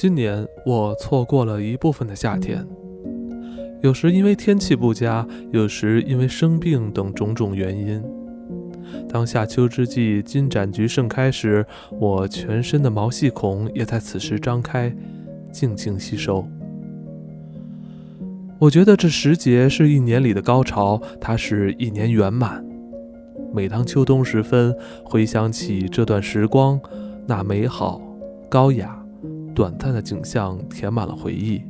今年我错过了一部分的夏天，有时因为天气不佳，有时因为生病等种种原因。当夏秋之际金盏菊盛开时，我全身的毛细孔也在此时张开，静静吸收。我觉得这时节是一年里的高潮，它是一年圆满。每当秋冬时分，回想起这段时光，那美好、高雅、短暂的景象填满了回忆。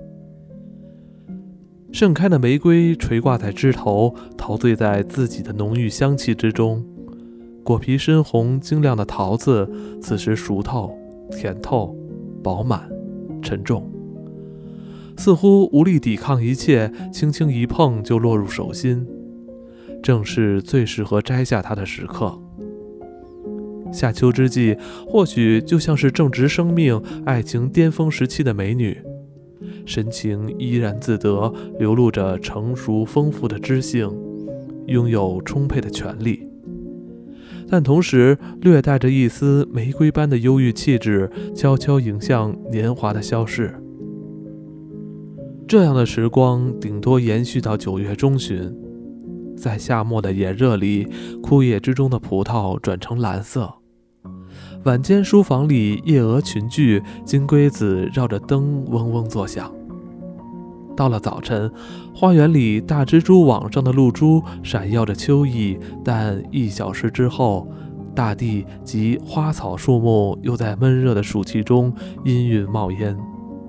盛开的玫瑰垂挂在枝头，陶醉在自己的浓郁香气之中。果皮深红晶亮的桃子，此时熟透、甜透、饱满、沉重，似乎无力抵抗一切，轻轻一碰就落入手心，正是最适合摘下它的时刻。夏秋之际，或许就像是正值生命、爱情巅峰时期的美女，神情依然自得，流露着成熟丰富的知性，拥有充沛的权利，但同时略带着一丝玫瑰般的忧郁气质，悄悄迎向年华的消逝。这样的时光顶多延续到9月中旬，在夏末的炎热里，枯叶之中的葡萄转成蓝色。晚间书房里，夜蛾群聚，金龟子绕着灯嗡嗡作响。到了早晨，花园里大蜘蛛网上的露珠闪耀着秋意，但1小时之后，大地及花草树木又在闷热的暑气中阴云冒烟。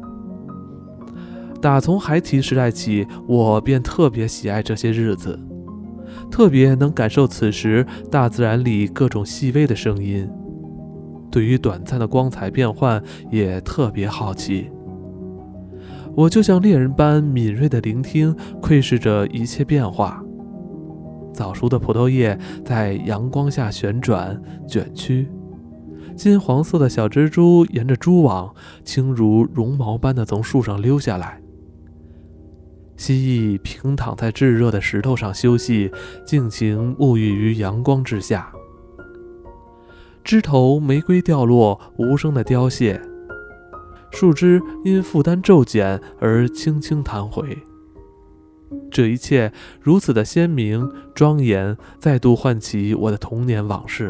打从孩提时代起，我便特别喜爱这些日子，特别能感受此时大自然里各种细微的声音，对于短暂的光彩变幻也特别好奇。我就像猎人般敏锐地聆听，窥视着一切变化。早熟的葡萄叶在阳光下旋转卷曲，金黄色的小蜘蛛沿着蛛网轻如绒毛般地从树上溜下来。蜥蜴平躺在炙热的石头上休息，尽情沐浴于阳光之下。枝头玫瑰掉落，无声的凋谢，树枝因负担骤减而轻轻弹回。这一切如此的鲜明庄严，再度唤起我的童年往事。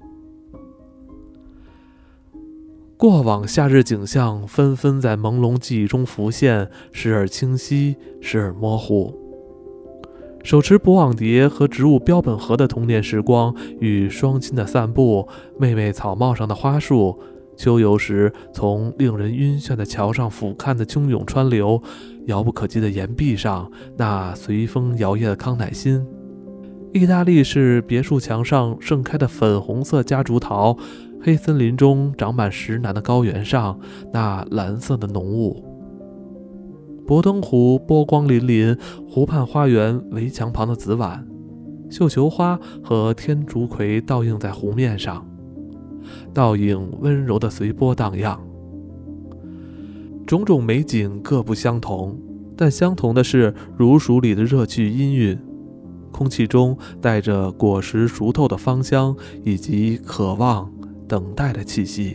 过往夏日景象纷纷在朦胧记忆中浮现，时而清晰，时而模糊。手持捕网碟和植物标本盒的童年时光，与双亲的散步，妹妹草帽上的花束，秋游时从令人晕眩的桥上俯瞰的汹涌川流，遥不可及的岩壁上那随风摇曳的康乃馨，意大利式别墅墙上盛开的粉红色夹竹桃，黑森林中长满石楠的高原上那蓝色的浓雾，博登湖波光粼粼，湖畔花园围墙旁的紫菀、绣球花和天竺葵倒映在湖面上，倒影温柔的随波荡漾。种种美景各不相同，但相同的是如鼠里的热气氤氲，空气中带着果实熟透的芳香，以及渴望等待的气息。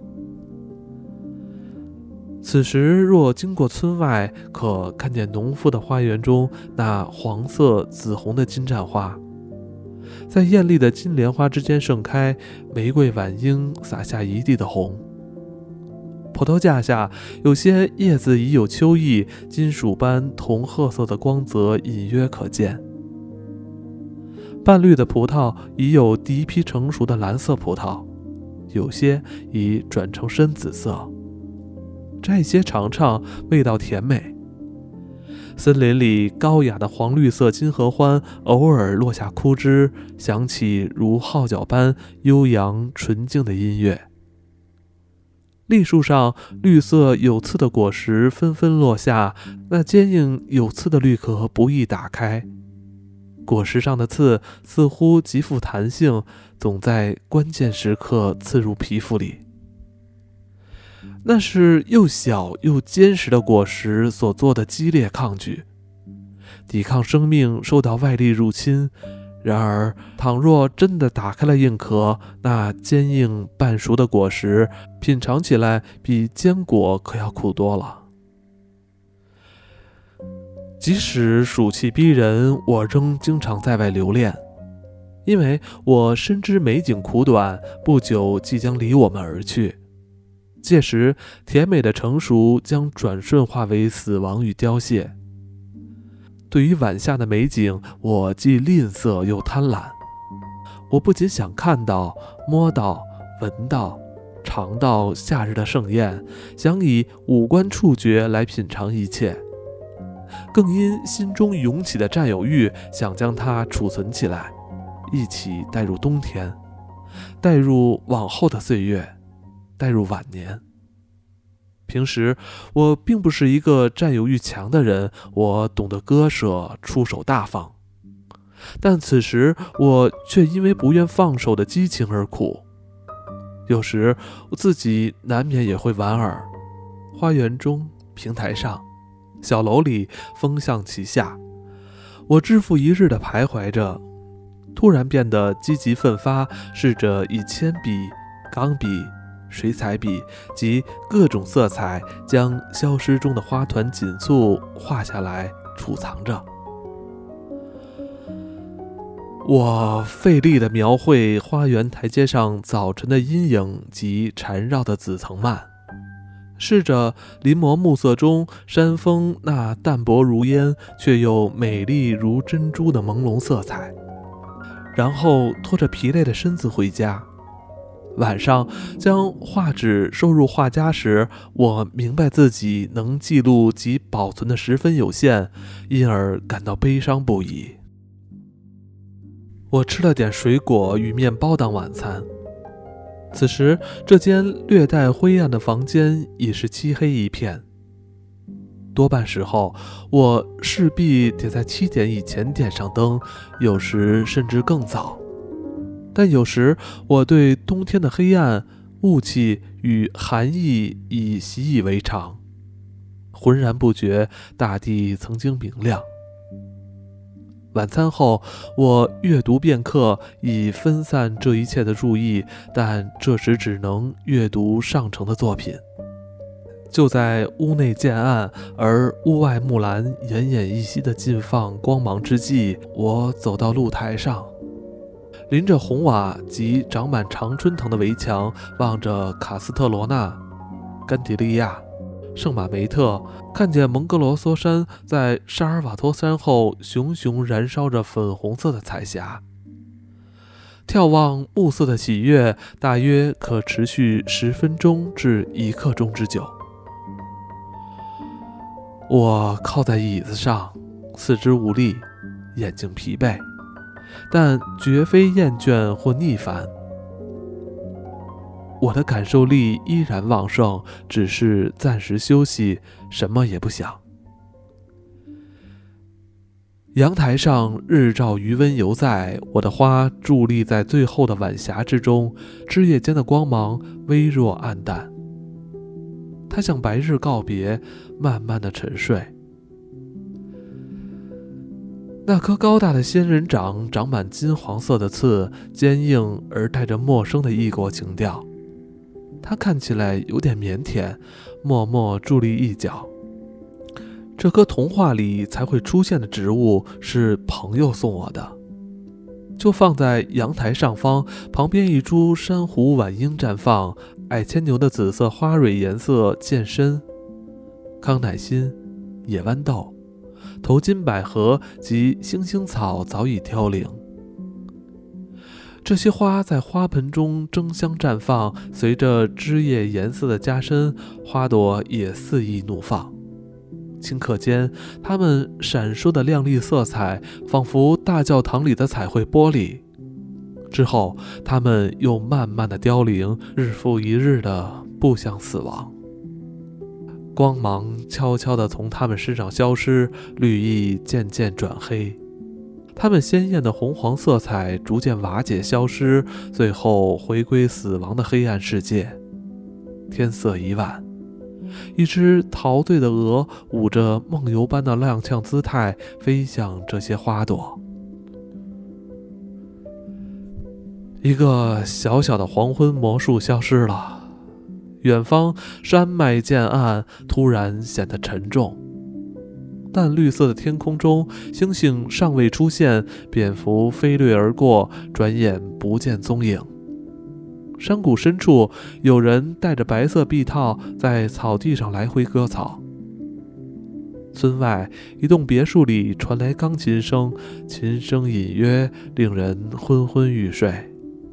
此时若经过村外，可看见农夫的花园中那黄色紫红的金盏花，在艳丽的金莲花之间盛开，玫瑰晚樱洒下一地的红。葡萄架下有些叶子已有秋意，金属般铜褐色的光泽隐约可见。半绿的葡萄已有第一批成熟的蓝色葡萄，有些已转成深紫色。摘一些尝尝，味道甜美。森林里高雅的黄绿色金合欢偶尔落下枯枝，响起如号角般悠扬纯净的音乐。栗树上绿色有刺的果实纷纷落下，那坚硬有刺的绿壳不易打开，果实上的刺似乎极富弹性，总在关键时刻刺入皮肤里。那是又小又坚实的果实所做的激烈抗拒，抵抗生命受到外力入侵， 然而，倘若真的打开了硬壳，那坚硬半熟的果实，品尝起来比坚果可要苦多了。即使暑气逼人，我仍经常在外留恋，因为我深知美景苦短，不久即将离我们而去。届时，甜美的成熟将转瞬化为死亡与凋谢。对于晚夏的美景，我既吝啬又贪婪。我不仅想看到、摸到、闻到、尝到夏日的盛宴，想以五官触觉来品尝一切，更因心中涌起的占有欲，想将它储存起来，一起带入冬天，带入往后的岁月，带入晚年。平时我并不是一个占有欲强的人，我懂得割舍，出手大方。但此时我却因为不愿放手的激情而苦。有时我自己难免也会莞尔。花园中，平台上，小楼里，风向其下，我日复一日地徘徊着，突然变得积极奋发，试着以铅笔、钢笔、水彩笔及各种色彩将消失中的花团锦簇画下来，储藏着。我费力地描绘花园台阶上早晨的阴影及缠绕的紫藤蔓，试着临摹暮色中山峰那淡薄如烟却又美丽如珍珠的朦胧色彩，然后拖着疲累的身子回家。晚上将画纸收入画夹时，我明白自己能记录及保存的十分有限，因而感到悲伤不已。我吃了点水果与面包当晚餐。此时，这间略带灰暗的房间已是漆黑一片。多半时候，我势必得在7点以前点上灯，有时甚至更早。但有时我对冬天的黑暗、雾气与寒意已习以为常，浑然不觉大地曾经明亮。晚餐后，我阅读片刻，以分散这一切的注意，但这时只能阅读上乘的作品。就在屋内渐暗，而屋外木兰奄奄一息地尽放光芒之际，我走到露台上，临着红瓦及长满常春藤的围墙，望着卡斯特罗纳、甘迪利亚、圣马梅特，看见蒙格罗索山在沙尔瓦托山后熊熊燃烧着粉红色的彩霞。眺望暮色的喜悦，大约可持续10分钟至1刻钟之久。我靠在椅子上，四肢无力，眼睛疲惫，但绝非厌倦或逆烦。我的感受力依然旺盛，只是暂时休息，什么也不想。阳台上日照余温犹在，我的花伫立在最后的晚霞之中，枝叶间的光芒微弱暗淡。它向白日告别，慢慢的沉睡。那棵高大的仙人掌长满金黄色的刺，坚硬而带着陌生的异国情调。它看起来有点腼腆，默默伫立一角。这棵童话里才会出现的植物是朋友送我的，就放在阳台上方，旁边一株珊瑚晚樱绽放，矮牵牛的紫色花蕊颜色渐深，康乃馨、野豌豆、头巾百合及星星草早已凋零。这些花在花盆中争相绽放，随着枝叶颜色的加深，花朵也肆意怒放。顷刻间，它们闪烁的亮丽色彩，仿佛大教堂里的彩绘玻璃。之后，它们又慢慢的凋零，日复一日的步向死亡。光芒悄悄地从它们身上消失，绿意渐渐转黑。它们鲜艳的红黄色彩逐渐瓦解消失，最后回归死亡的黑暗世界。天色已晚，一只陶醉的鹅舞着梦游般的踉跄姿态飞向这些花朵。 一个小小的黄昏魔术消失了，远方山脉渐暗，突然显得沉重。淡绿色的天空中，星星尚未出现，蝙蝠飞掠而过，转眼不见踪影。山谷深处，有人戴着白色臂套在草地上来回割草。村外一栋别墅里传来钢琴声，琴声隐约，令人昏昏欲睡。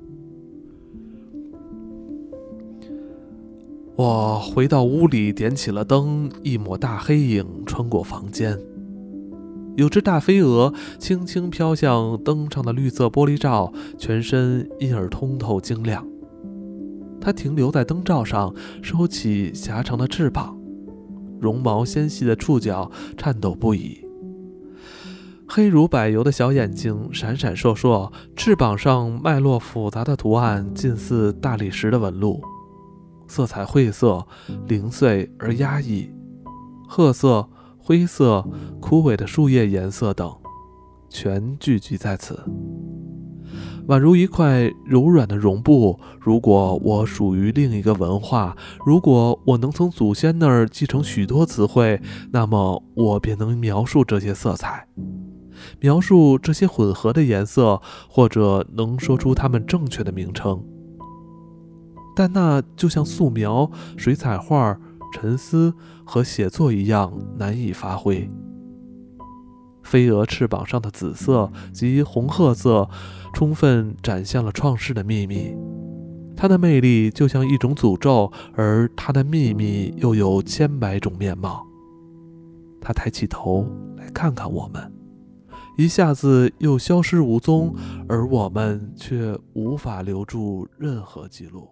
我回到屋里，点起了灯，一抹大黑影穿过房间。有只大飞蛾轻轻飘向灯上的绿色玻璃罩，全身因而通透晶亮。它停留在灯罩上，收起狭长的翅膀，绒毛纤细的触角颤抖不已。黑如柏油的小眼睛闪闪烁烁，翅膀上脉络复杂的图案近似大理石的纹路，色彩晦涩、零碎而压抑，褐色、灰色、枯萎的树叶颜色等，全聚集在此，宛如一块柔软的绒布。如果我属于另一个文化，如果我能从祖先那儿继承许多词汇，那么我便能描述这些色彩，描述这些混合的颜色，或者能说出它们正确的名称。但那就像素描、水彩画、沉思和写作一样难以发挥。飞蛾翅膀上的紫色及红褐色充分展现了创世的秘密，它的魅力就像一种诅咒，而它的秘密又有千百种面貌。它抬起头来看看我们，一下子又消失无踪，而我们却无法留住任何记录。